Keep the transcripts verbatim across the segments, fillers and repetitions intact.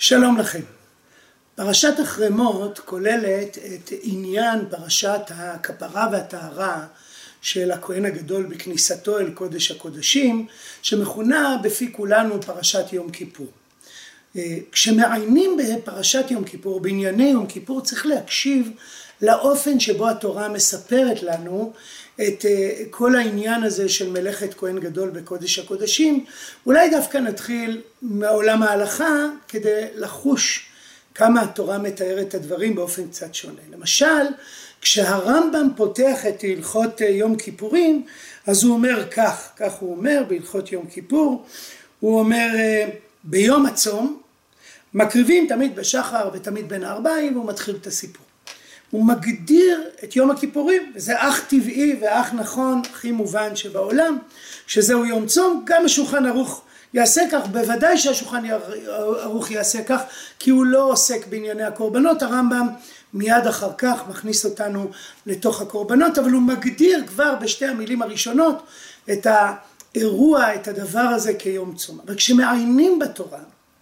שלום לכם. פרשת אחרי מות כוללת את עניין פרשת הכפרה והטהרה של הכהן הגדול בכניסתו אל קודש הקודשים, שמכונה בפי כולנו פרשת יום כיפור. כשמעיינים בפרשת יום כיפור, בענייני יום כיפור, צריך להקשיב לאופן שבו התורה מספרת לנו את כל העניין הזה של מלאכת כהן גדול בקודש הקודשים. אולי דווקא נתחיל מעולם ההלכה כדי לחוש כמה התורה מתארת את הדברים באופן קצת שונה. למשל, כשהרמב"ם פותח את הלכות יום כיפורים, אז הוא אומר כך, כך הוא אומר בהלכות יום כיפור, הוא אומר ביום הצום, מקריבים תמיד בשחר ותמיד בין הארבעים, והוא מתחיל את הסיפור. הוא מגדיר את יום הכיפורים, וזה אך טבעי ואך נכון, הכי מובן שבעולם, שזהו יום צום. גם השולחן ערוך יעשה כך, בוודאי שהשולחן ערוך יעשה כך, כי הוא לא עוסק בענייני הקורבנות. הרמב"ם מיד אחר כך מכניס אותנו לתוך הקורבנות, אבל הוא מגדיר כבר בשתי המילים הראשונות את האירוע, את הדבר הזה כיום צום. אבל כשמעיינים בתורה,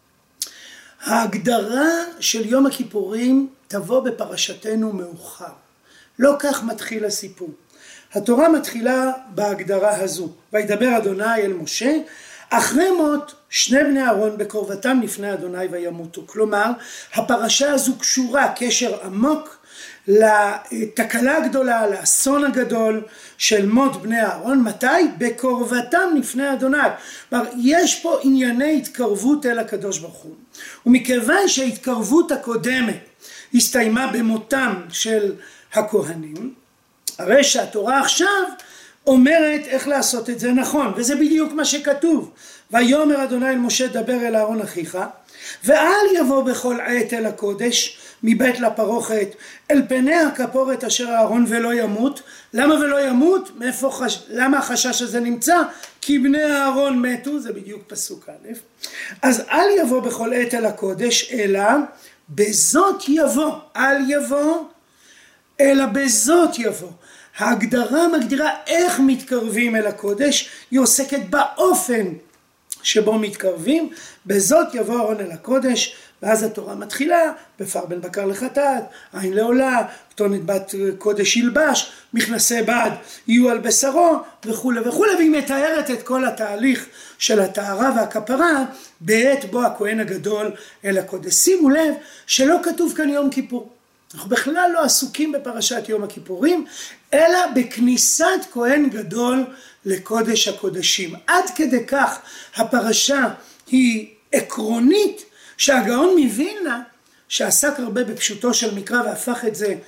ההגדרה של יום הכיפורים תבוא בפרשתנו מאוחר. לא כך מתחיל הסיפור. התורה מתחילה בהגדרה הזו. וידבר אדוני אל משה, אחרי מות שני בני אהרון בקרבתם לפני אדוני וימותו. כלומר, הפרשה הזו קשורה קשר עמוק לתקלה הגדולה, לאסון הגדול של מות בני אהרון. מתי? בקרבתם לפני אדוני. כלומר, יש פה ענייני התקרבות אל הקדוש ברוך הוא. ומכיוון שההתקרבות הקודמת הסתיימה במותם של הכהנים, הרי שהתורה עכשיו אומרת איך לעשות את זה נכון, וזה בדיוק מה שכתוב. ויאמר אדוני אל משה, דבר אל אהרון אחיך, ואל יבוא בכל עת אל הקודש מבית לפרוכת אל פני הכפורת אשר אהרון ולא ימות. למה ולא ימות? מאיפה חש... למה החשש הזה נמצא? כי בני אהרון מתו, זה בדיוק פסוק א'. אז אל יבוא בכל עת אל הקודש, אלא בזאת יבוא. אל יבוא, אלא בזאת יבוא. ההגדרה מגדירה איך מתקרבים אל הקודש, היא עוסקת באופן שבו מתקרבים. בזאת יבוא אהרון אל הקודש, ואז התורה מתחילה בפר בן בקר לחטאת, עין לעולה, כתונת בת קודש ילבש, מכנסי בד יהיו על בשרו וכו' וכו'. והיא מתארת את כל התהליך של הטהרה והכפרה בעת בו הכהן הגדול אל הקודש. שימו לב שלא כתוב כאן יום כיפור. אנחנו בכלל לא עסוקים בפרשת יום הכיפורים, אלא בכניסת כהן גדול לקודש הקודשים. עד כדי כך הפרשה היא עקרונית, שהגאון מווילנה, שעסק הרבה בפשוטו של מקרא והפך את זה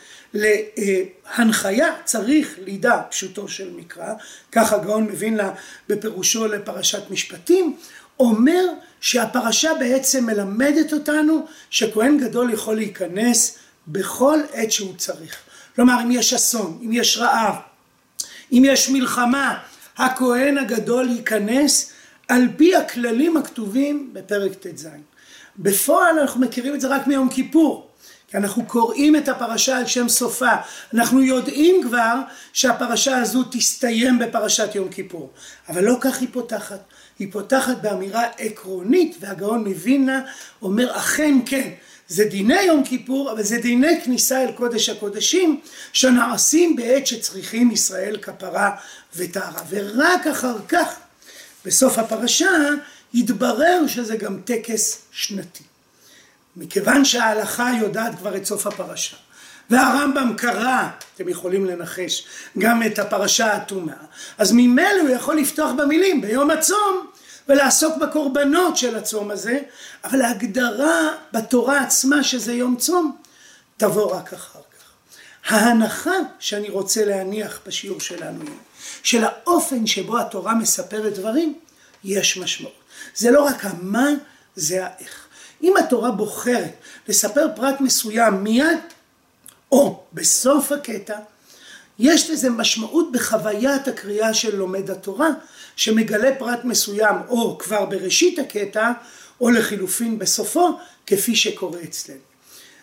להנחיה, צריך לידע פשוטו של מקרא, כך הגאון מווילנה בפירושו לפרשת משפטים, אומר שהפרשה בעצם מלמדת אותנו שכהן גדול יכול להיכנס בכל עת שהוא צריך. כלומר, אם יש אסון, אם יש רעב, אם יש מלחמה, הכהן הגדול ייכנס על פי הכללים הכתובים בפרק ט"ז. בפועל אנחנו מכירים את זה רק מיום כיפור, כי אנחנו קוראים את הפרשה על שם סופה. אנחנו יודעים כבר שהפרשה הזו תסתיים בפרשת יום כיפור, אבל לא כך היא פותחת. היא פותחת באמירה עקרונית, והגאון מווילנה אומר אכן כן, זה דיני יום כיפור, אבל זה דיני כניסה אל קודש הקודשים שנעשים בעת שצריכים ישראל כפרה וטהרה. ורק אחר כך, בסוף הפרשה, יתברר שזה גם טקס שנתי. מכיוון שההלכה יודעת כבר את סוף הפרשה, והרמב"ם קרא, אתם יכולים לנחש, גם את הפרשה האטומה, אז ממילא הוא יכול לפתוח במילים ביום הצום, ולעסוק בקורבנות של הצום הזה, אבל ההגדרה בתורה עצמה שזה יום צום, תבוא רק אחר כך. ההנחה שאני רוצה להניח בשיעור שלנו, של האופן שבו התורה מספרת דברים, יש משמעות. זה לא רק המה, זה האיך. אם התורה בוחרת לספר פרט מסוים מיד, או בסוף הקטע, יש לזה משמעות בחוויית הקריאה של לומד התורה, שמגלה פרט מסוים או כבר בראשית הקטע, או לחילופין בסופו, כפי שקורה אצלנו.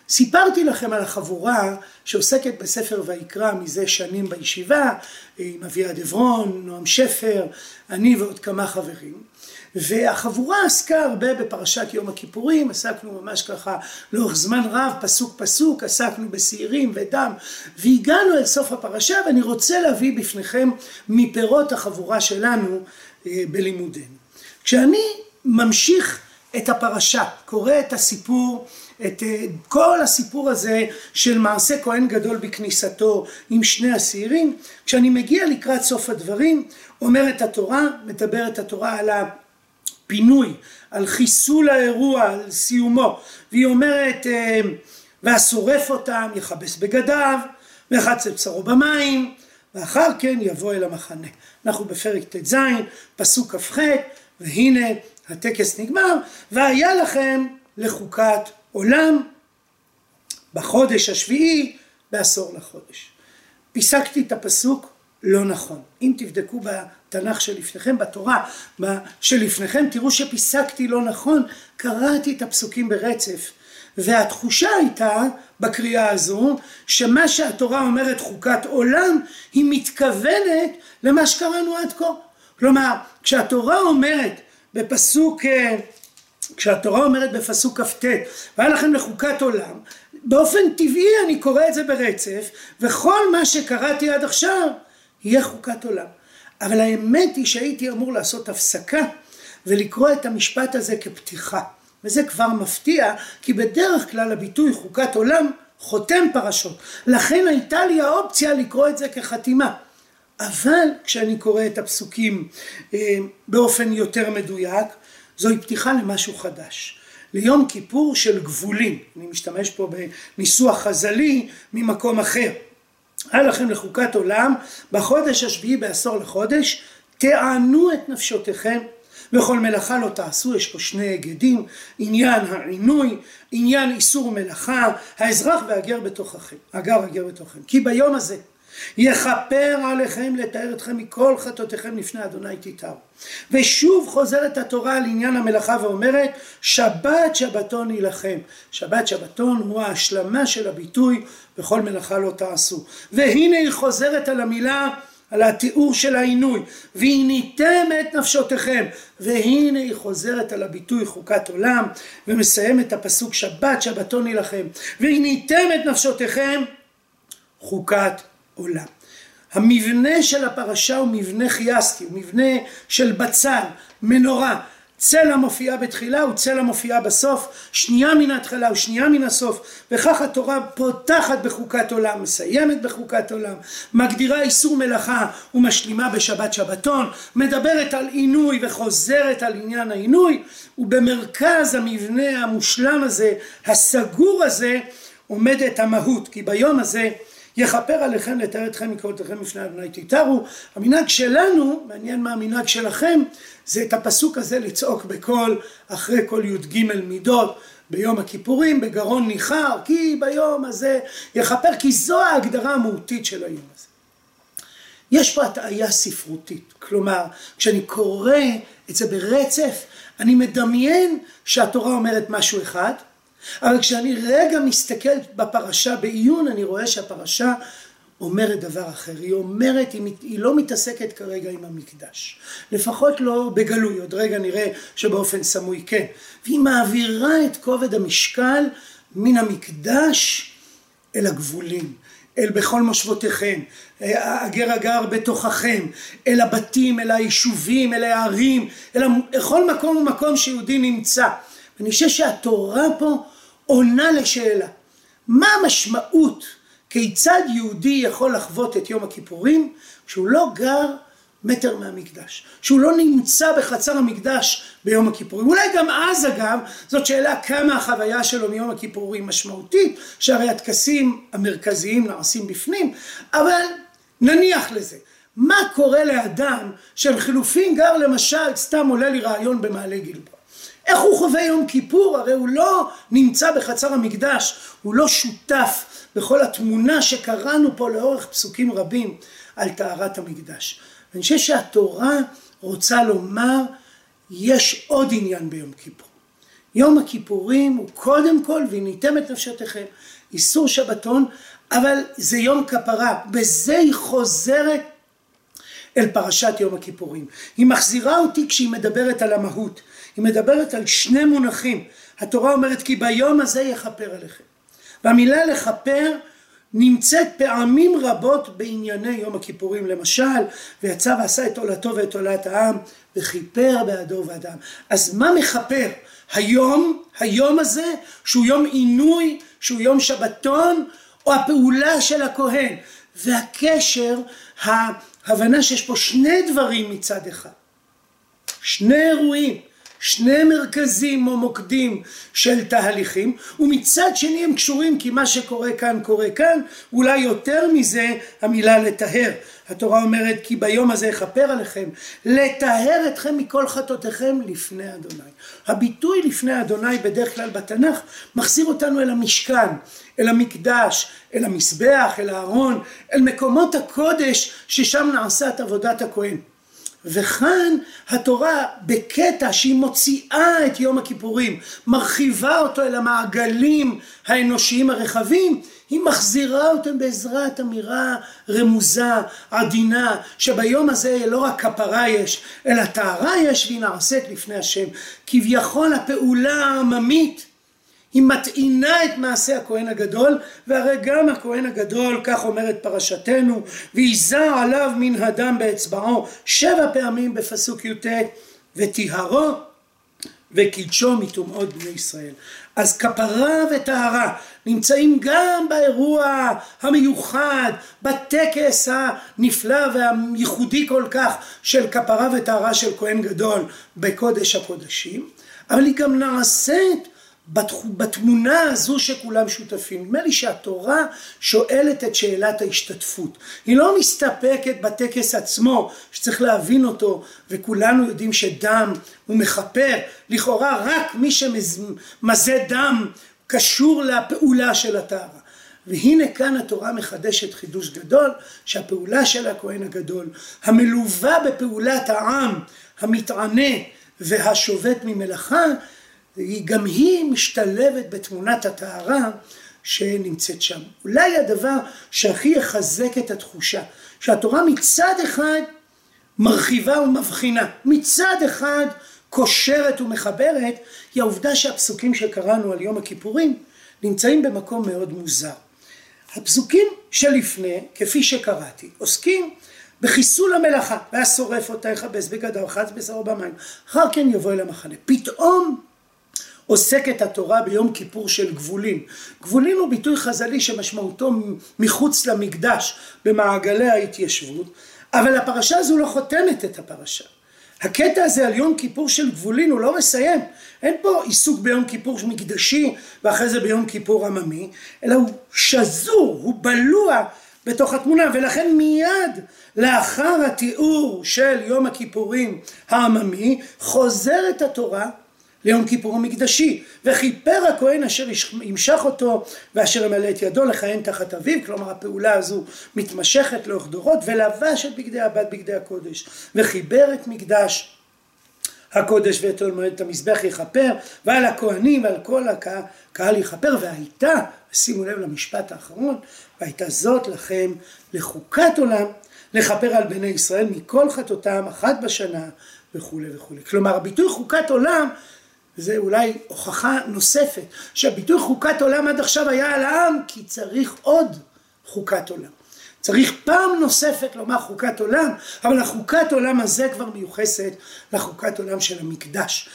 סיפרתי לכם על החבורה שעוסקת בספר ויקרא מזה שנים בישיבה, עם אביעד עברון, נועם שפר, אני ועוד כמה חברים. והחבורה עסקה הרבה בפרשת יום הכיפורים, עסקנו ממש ככה לאורך זמן רב, פסוק פסוק, עסקנו בשעירים ודם, והגענו אל סוף הפרשה, ואני רוצה להביא בפניכם מפירות החבורה שלנו בלימודנו. כשאני ממשיך את הפרשה, קורא את הסיפור, את כל הסיפור הזה של מעשה כהן גדול בכניסתו עם שני השעירים, כשאני מגיע לקראת סוף הדברים, אומרת התורה, מדברת התורה על הפינוי, על חיסול האירוע, על סיומו, והיא אומרת, והשורף אותם, יכבס בגדיו, וחץ את בשרו במים, ואחר כן יבוא אל המחנה. אנחנו בפרק ט"ז, פסוק כ"ח, והנה הטקס נגמר, והיה לכם לחוקת עולם בחודש השביעי בעשור לחודש. פיסקתי את הפסוק לא נכון. אם תבדקו בתנ"ך שלפניכם, בתורה שלפניכם, תראו שפיסקתי לא נכון, קראתי את הפסוקים ברצף, והתחושה הייתה בקריאה הזו, שמה שהתורה אומרת חוקת עולם, היא מתכוונת למה שקראנו עד כה. כלומר, כשהתורה אומרת בפסוק, כשהתורה אומרת בפסוק כ"ט, והיה לכם לחוקת עולם, באופן טבעי אני קורא את זה ברצף, וכל מה שקראתי עד עכשיו יהיה חוקת עולם. אבל האמת היא שהייתי אמור לעשות הפסקה, ולקרוא את המשפט הזה כפתיחה. וזה כבר מפתיע, כי בדרך כלל הביטוי חוקת עולם חותם פרשות. לכן הייתה לי האופציה לקרוא את זה כחתימה. אבל כשאני קורא את הפסוקים אה, באופן יותר מדויק, זוהי פתיחה למשהו חדש. ליום כיפור של גבולים. אני משתמש פה בניסוח חז"לי ממקום אחר. היה לכם לחוקת עולם, בחודש השביעי בעשור לחודש, תענו את נפשותיכם, וכל מלאכה לא תעשו. יש פה שני היגדים, עניין העינוי, עניין איסור מלאכה, האזרח והגר בתוככם, הגר והגר בתוככם. כי ביום הזה יכפר עליכם לתאר אתכם מכל חטאותיכם לפני אדוני תתארו. ושוב חוזרת התורה על עניין המלאכה ואומרת, שבת שבתון יילחם. שבת שבתון הוא ההשלמה של הביטוי, וכל מלאכה לא תעשו. והנה היא חוזרת על המילה, על התיאור של העינוי, והניתם את נפשותיכם, והנה היא חוזרת על הביטוי חוקת עולם, ומסיים את הפסוק שבת שבתון יילחם, והניתם את נפשותיכם, חוקת עולם. המבנה של הפרשה הוא מבנה חייסטי, הוא מבנה של בצל, מנורה, צלע מופיעה בתחילה וצלע מופיעה בסוף, שנייה מן ההתחלה ושנייה מן הסוף, וכך התורה פותחת בחוקת עולם, מסיימת בחוקת עולם, מגדירה איסור מלאכה ומשלימה בשבת שבתון, מדברת על עינוי וחוזרת על עניין העינוי, ובמרכז המבנה המושלם הזה, הסגור הזה, עומדת המהות, כי ביום הזה יכפר עליכם לתאר אתכם מקראותיכם לפני אדוני תתארו. המנהג שלנו, מעניין מה המנהג שלכם, זה את הפסוק הזה לצעוק בקול אחרי כל י"ג מידות ביום הכיפורים בגרון ניחר, כי ביום הזה יכפר, כי זו ההגדרה המהותית של היום הזה. יש פה הטעיה ספרותית, כלומר כשאני קורא את זה ברצף אני מדמיין שהתורה אומרת משהו אחד, אבל כשאני רגע מסתכל בפרשה בעיון, אני רואה שהפרשה אומרת דבר אחר. היא אומרת, היא לא מתעסקת כרגע עם המקדש. לפחות לא בגלוי, עוד רגע נראה שבאופן סמוי כן. והיא מעבירה את כובד המשקל מן המקדש אל הגבולים, אל בכל מושבותיכם, הגר הגר בתוככם, אל הבתים, אל היישובים, אל הערים, אל כל מקום ומקום שיהודי נמצא. ואני חושב שהתורה פה עונה לשאלה, מה המשמעות, כיצד יהודי יכול לחוות את יום הכיפורים, שהוא לא גר מטר מהמקדש, שהוא לא נמצא בחצר המקדש ביום הכיפורים. אולי גם אז אגב, זאת שאלה כמה החוויה שלו מיום הכיפורים משמעותית, שהרי הטקסים המרכזיים נעשים בפנים, אבל נניח לזה. מה קורה לאדם שבחילופין גר למשל, סתם עולה לי רעיון במעלה גלבוע. איך הוא חווה יום כיפור? הרי הוא לא נמצא בחצר המקדש, הוא לא שותף בכל התמונה שקראנו פה לאורך פסוקים רבים על טהרת המקדש. אני חושב שהתורה רוצה לומר, יש עוד עניין ביום כיפור. יום הכיפורים הוא קודם כל והניתם את נפשותיכם, איסור שבתון, אבל זה יום כפרה, בזה היא חוזרת אל פרשת יום הכיפורים. היא מחזירה אותי כשהיא מדברת על המהות, היא מדברת על שני מונחים. התורה אומרת כי ביום הזה יכפר עליכם, והמילה לכפר נמצאת פעמים רבות בענייני יום הכיפורים, למשל ויצא ועשה את עולתו ואת עולת העם וכיפר בעדו ובעד העם. אז מה מכפר? היום, היום הזה שהוא יום עינוי, שהוא יום שבתון, או הפעולה של הכהן? והקשר, ההבנה שיש פה שני דברים מצד אחד, שני אירועים, שני מרכזים או מוקדים של תהליכים, ומצד שני הם קשורים, כי מה שקורה כאן קורה כאן. אולי יותר מזה המילה לטהר. התורה אומרת כי ביום הזה יכפר עליכם, לטהר אתכם מכל חטאותיכם לפני אדוני. הביטוי לפני אדוני בדרך כלל בתנ"ך מחזיר אותנו אל המשכן, אל המקדש, אל המזבח, אל הארון, אל מקומות הקודש ששם נעשת עבודת הכהן. וכאן התורה בקטע שהיא מוציאה את יום הכיפורים, מרחיבה אותו אל המעגלים האנושיים הרחבים, היא מחזירה אותם בעזרת אמירה רמוזה, עדינה, שביום הזה לא רק כפרה יש, אלא טהרה יש, והיא נעשית לפני השם. כביכול הפעולה העממית היא מטעינה את מעשה הכהן הגדול, והרי גם הכהן הגדול, כך אומרת פרשתנו, ויזע עליו מן הדם באצבעו שבע פעמים בפסוק י"ט, וטיהרו וקידשו מטומאות בני ישראל. אז כפרה וטהרה נמצאים גם באירוע המיוחד, בטקס הנפלא והייחודי כל כך של כפרה וטהרה של כהן גדול בקודש הקודשים, אבל היא גם נעשית בתמונה הזו שכולם שותפים. נדמה לי שהתורה שואלת את שאלת ההשתתפות. היא לא מסתפקת בטקס עצמו שצריך להבין אותו, וכולנו יודעים שדם הוא מכפר. לכאורה רק מי שמזה דם קשור לפעולה של הטהרה. והנה כאן התורה מחדשת חידוש גדול, שהפעולה של הכהן הגדול, המלווה בפעולת העם, המתענה והשובת ממלאכה, גם היא משתלבת בתמונת הטהרה שנמצאת שם. אולי הדבר שהכי יחזק את התחושה, שהתורה מצד אחד מרחיבה ומבחינה, מצד אחד קושרת ומחברת, היא העובדה שהפסוקים שקראנו על יום הכיפורים נמצאים במקום מאוד מוזר. הפסוקים שלפני, כפי שקראתי, עוסקים בחיסול המלאכה, והשורף אותה יכבס בגדיו, חץ בשרו במים, אחר כן יבוא אל המחנה. פתאום עוסקת התורה ביום כיפור של גבולין. גבולין הוא ביטוי חז"לי שמשמעותו מחוץ למקדש, במעגלי ההתיישבות, אבל הפרשה הזו לא חותמת את הפרשה. הקטע הזה על יום כיפור של גבולין הוא לא מסיים. אין פה עיסוק ביום כיפור מקדשי ואחרי זה ביום כיפור עממי, אלא הוא שזור, הוא בלוע בתוך התמונה, ולכן מיד לאחר התיאור של יום הכיפורים העממי חוזרת התורה ליום כיפור המקדשי, וכיפר הכהן אשר ימשך אותו ואשר ימלא את ידו לכהן תחת אביו. כלומר הפעולה הזו מתמשכת לאורך דורות, ולבש את בגדי הבד בגדי הקודש, וחיבר את מקדש הקודש ואת מועד המזבח יכפר, ועל הכהנים ועל כל הקהל יכפר. והייתה, שימו לב למשפט האחרון, והייתה זאת לכם לחוקת עולם, לכפר על בני ישראל מכל חטאותם אחת בשנה וכו' וכו'. כלומר הביטוי חוקת עולם זה אולי הוכחה נוספת שהביטוי חוקת עולם עד עכשיו היה על העם, כי צריך עוד חוקת עולם. צריך פעם נוספת לומר חוקת עולם, אבל החוקת עולם הזה כבר מיוחסת לחוקת עולם של המקדש,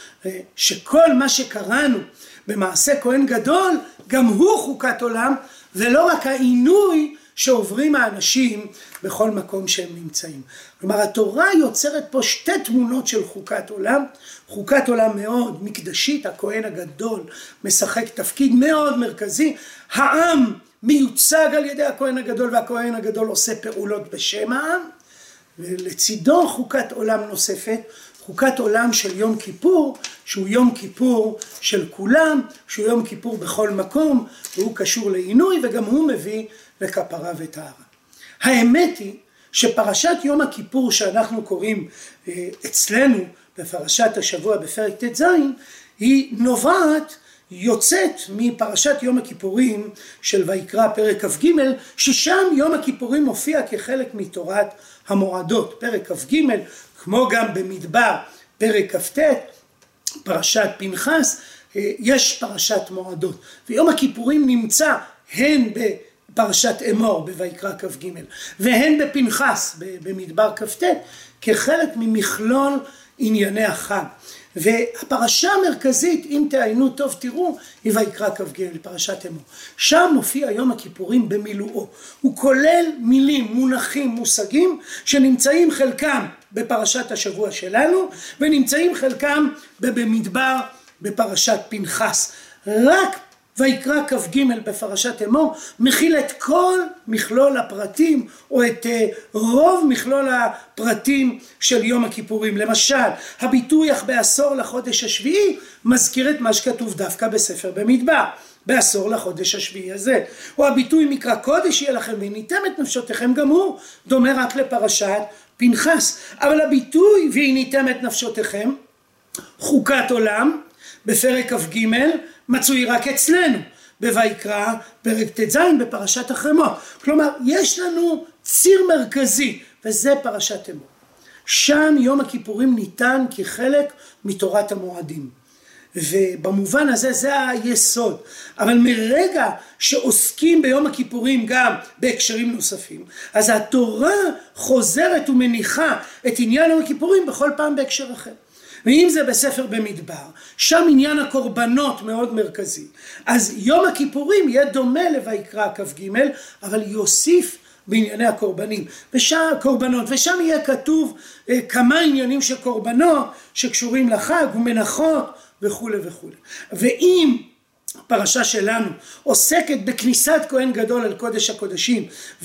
שכל מה שקראנו במעשה כהן גדול גם הוא חוקת עולם, ולא רק העינוי שעוברים האנשים בכל מקום שהם נמצאים. כלומר התורה יוצרת פה שתי תמונות של חוקת עולם, חוקת עולם מאוד מקדשית, הכהן הגדול משחק תפקיד מאוד מרכזי, העם מיוצג על ידי הכהן הגדול, והכהן הגדול עושה פעולות בשם העם, ולצידו חוקת עולם נוספת, חוקת עולם של יום כיפור, שהוא יום כיפור של כולם, שהוא יום כיפור בכל מקום, והוא קשור לעינוי, וגם הוא מביא לכפרה וטהרה. האמת היא שפרשת יום הכיפור שאנחנו קוראים אצלנו בפרשת השבוע בפרק ט"ז, היא נובעת, יוצאת מפרשת יום הכיפורים של ויקרא פרק כ"ג, ששם יום הכיפורים מופיע כחלק מתורת המועדות. פרק כ"ג, כמו גם במדבר פרק כ"ט, פרשת פנחס, יש פרשת מועדות. ויום הכיפורים נמצא הן בפרשת אמור בויקרא כ"ג, והן בפנחס במדבר כ"ט, כחלק ממכלול ענייני החג. והפרשה המרכזית, אם תעיינו טוב תראו, היא ויקרא כ"ג, פרשת אמור. שם מופיע יום הכיפורים במילואו. הוא כולל מילים, מונחים, מושגים, שנמצאים חלקם בפרשת השבוע שלנו, ונמצאים חלקם במדבר בפרשת פנחס. רק ויקרא כ"ג בפרשת אמור מכיל את כל מכלול הפרטים, או את רוב מכלול הפרטים של יום הכיפורים. למשל, הביטוי אך בעשור לחודש השביעי מזכיר את מה שכתוב דווקא בספר במדבר, בעשור לחודש השביעי הזה. או הביטוי מקרא קודש יהיה לכם והניתם את נפשותיכם, גם הוא דומה רק לפרשת פנחס. אבל הביטוי והניתם את נפשותיכם, חוקת עולם, בפרק כ"ג, מצוי רק אצלנו, בויקרא פרק ט"ז בפרשת אחרי מות. כלומר, יש לנו ציר מרכזי, וזה פרשת אמור. שם יום הכיפורים ניתן כחלק מתורת המועדים. ובמובן הזה זה היסוד. אבל מרגע שעוסקים ביום הכיפורים גם בהקשרים נוספים, אז התורה חוזרת ומניחה את עניין יום הכיפורים בכל פעם בהקשר אחר. ואם זה בספר במדבר, שם עניין הקורבנות מאוד מרכזי. אז יום הכיפורים יהיה דומה לויקרא כ"ג, אבל יוסיף בענייני הקורבנים, ושם קורבנות, ושם יהיה כתוב אה, כמה עניינים של קורבנות שקשורים לחג ומנחות וכו' וכו'. ואם הפרשה שלנו עוסקת בכניסת כהן גדול אל קודש הקודשים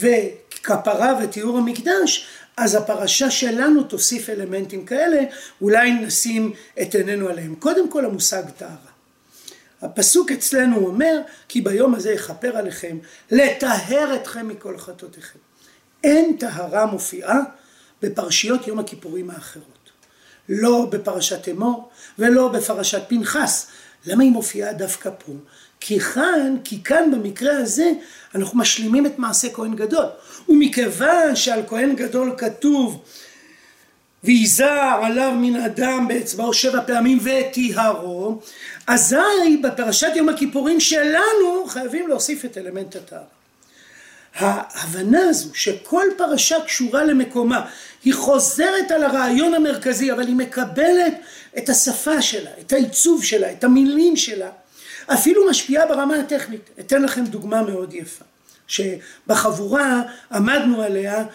וכפרה ותיאור המקדש, אז הפרשה שלנו תוסיף אלמנטים כאלה, אולי נשים את עינינו עליהם. קודם כל המושג טהרה. הפסוק אצלנו אומר, כי ביום הזה יכפר עליכם, לטהר אתכם מכל חטאותיכם. אין טהרה מופיעה בפרשיות יום הכיפורים האחרות. לא בפרשת אמור ולא בפרשת פנחס. למה היא מופיעה דווקא פה? כי כאן, כי כאן במקרה הזה אנחנו משלימים את מעשה כהן גדול. ומכיוון שעל כהן גדול כתוב ויזע עליו מן אדם באצבעו שבע פעמים וטיהרו, אזי בפרשת יום הכיפורים שלנו חייבים להוסיף את אלמנט הטהרה. ההבנה הזו שכל פרשה קשורה למקומה, היא חוזרת על הרעיון המרכזי, אבל היא מקבלת את השפה שלה, את העיצוב שלה, את המילים שלה, אפילו משפיעה ברמה הטכנית. אתן לכם דוגמה מאוד יפה, שבחבורה עמדנו עליה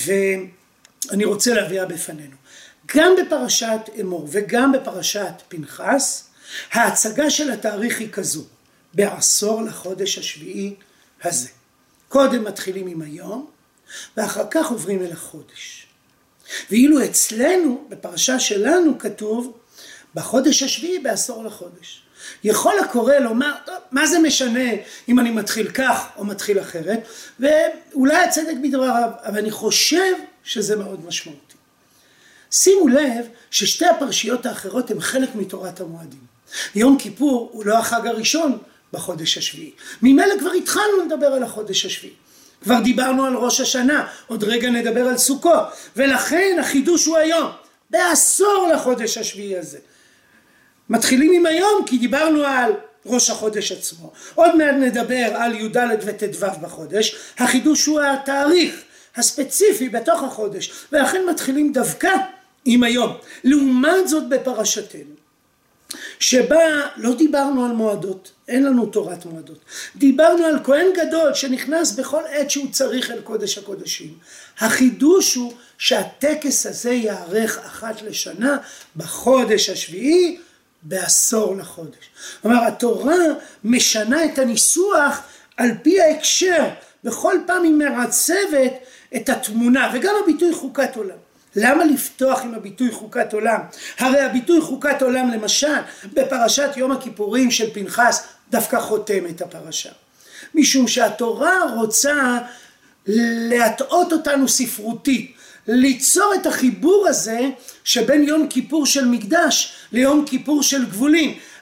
ואני רוצה להביאה בפנינו. גם בפרשת אמור וגם בפרשת פנחס, ההצגה של התאריך היא כזו, בעשור לחודש השביעי הזה. קודם מתחילים עם היום, ואחר כך עוברים אל החודש. ואילו אצלנו, בפרשה שלנו כתוב, בחודש השביעי בעשור לחודש. יכול הקורא לומר, טוב, מה זה משנה אם אני מתחיל כך או מתחיל אחרת, ואולי הצדק בדבריו, אבל אני חושב שזה מאוד משמעותי. שימו לב ששתי הפרשיות האחרות הן חלק מתורת המועדים. יום כיפור הוא לא החג הראשון בחודש השביעי. ממילא כבר התחלנו לדבר על החודש השביעי. כבר דיברנו על ראש השנה, עוד רגע נדבר על סוכות, ולכן החידוש הוא היום, בעשור לחודש השביעי הזה. מתחילים עם היום כי דיברנו על ראש החודש עצמו. עוד מעט נדבר על י"ד וט"ו בחודש. החידוש הוא התאריך הספציפי בתוך החודש, ולכן מתחילים דווקא עם היום. לעומת זאת בפרשתנו, שבה לא דיברנו על מועדות, אין לנו תורת מועדות. דיברנו על כהן גדול שנכנס בכל עת שהוא צריך אל קודש הקודשים. החידוש הוא שהטקס הזה יערך אחת לשנה בחודש השביעי, בעשור לחודש. כלומר, התורה משנה את הניסוח על פי ההקשר. בכל פעם היא מעצבת את התמונה, וגם הביטוי חוקת עולם. למה לפתוח עם הביטוי חוקת עולם? הרי הביטוי חוקת עולם למשל בפרשת יום הכיפורים של פנחס דווקא חותם את הפרשה. משום שהתורה רוצה להטעות אותנו ספרותית, ליצור את החיבור הזה שבין יום כיפור של מקדש ליום כיפור של גבולים.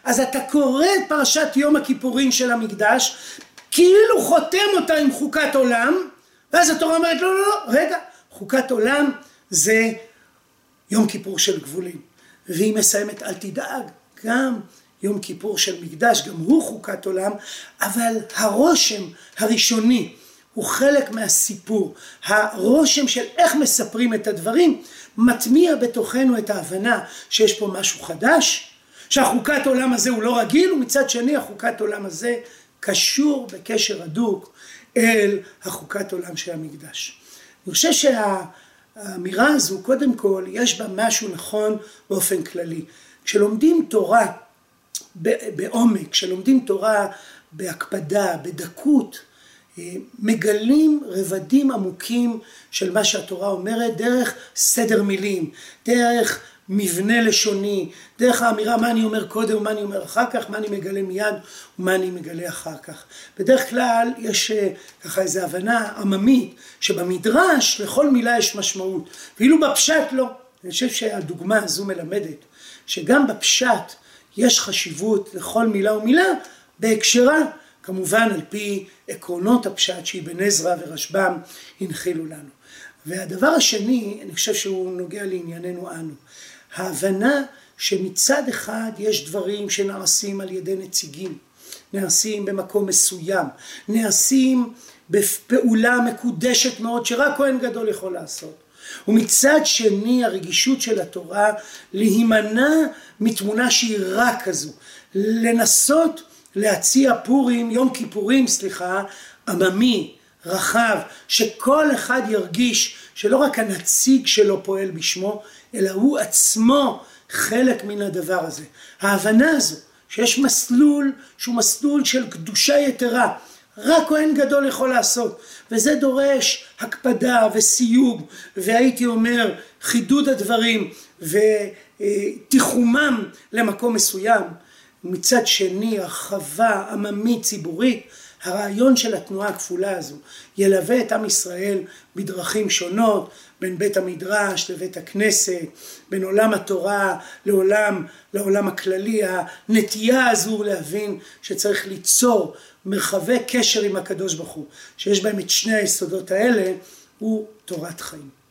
אז אתה קורא את פרשת יום הכיפורים של המקדש, כאילו חותם אותה עם חוקת עולם, ואז התורה אומרת, לא, לא, לא, רגע, חוקת עולם זה יום כיפור של גבולים. והיא מסיימת, אל תדאג, גם יום כיפור של מקדש, גם הוא חוקת עולם, אבל הרושם הראשוני הוא חלק מהסיפור. הרושם של איך מספרים את הדברים, מטמיע בתוכנו את ההבנה שיש פה משהו חדש, שהחוקת עולם הזה הוא לא רגיל, ומצד שני החוקת עולם הזה קשור בקשר הדוק אל החוקת עולם של המקדש. אני חושב שהאמירה הזו, קודם כל, יש בה משהו נכון באופן כללי. כשלומדים תורה בעומק, כשלומדים תורה בהקפדה, בדקות, מגלים רבדים עמוקים של מה שהתורה אומרת, דרך סדר מילים, דרך מבנה לשוני, דרך האמירה מה אני אומר קודם ומה אני אומר אחר כך, מה אני מגלה מיד ומה אני מגלה אחר כך. בדרך כלל יש ככה איזו הבנה עממית שבמדרש לכל מילה יש משמעות, ואילו בפשט לא. אני חושב שהדוגמה הזו מלמדת שגם בפשט יש חשיבות לכל מילה ומילה בהקשרה, כמובן על פי עקרונות הפשט שאבן עזרא ורשב"ם הנחילו לנו. והדבר השני, אני חושב שהוא נוגע לענייננו אנו, ההבנה שמצד אחד יש דברים שנעשים על ידי נציגים, נעשים במקום מסוים, נעשים בפעולה מקודשת מאוד שרק כהן גדול יכול לעשות. ומצד שני הרגישות של התורה להימנע מתמונה שהיא רק כזו, לנסות להציע פורים, יום כיפורים, סליחה, עממי, רחב, שכל אחד ירגיש שלא רק הנציג שלו פועל בשמו, אלא הוא עצמו חלק מן הדבר הזה. ההבנה הזו שיש מסלול שהוא מסלול של קדושה יתרה, רק כהן גדול יכול לעשות, וזה דורש הקפדה וסיוג, והייתי אומר חידוד הדברים ותיחומם למקום מסוים. מצד שני הרחבה עממית ציבורית, הרעיון של התנועה הכפולה הזו ילווה את עם ישראל בדרכים שונות, בין בית המדרש לבית הכנסת, בין עולם התורה לעולם, לעולם הכללי. הנטייה הזו להבין שצריך ליצור מרחבי קשר עם הקדוש ברוך הוא, שיש בהם את שני היסודות האלה, הוא תורת חיים.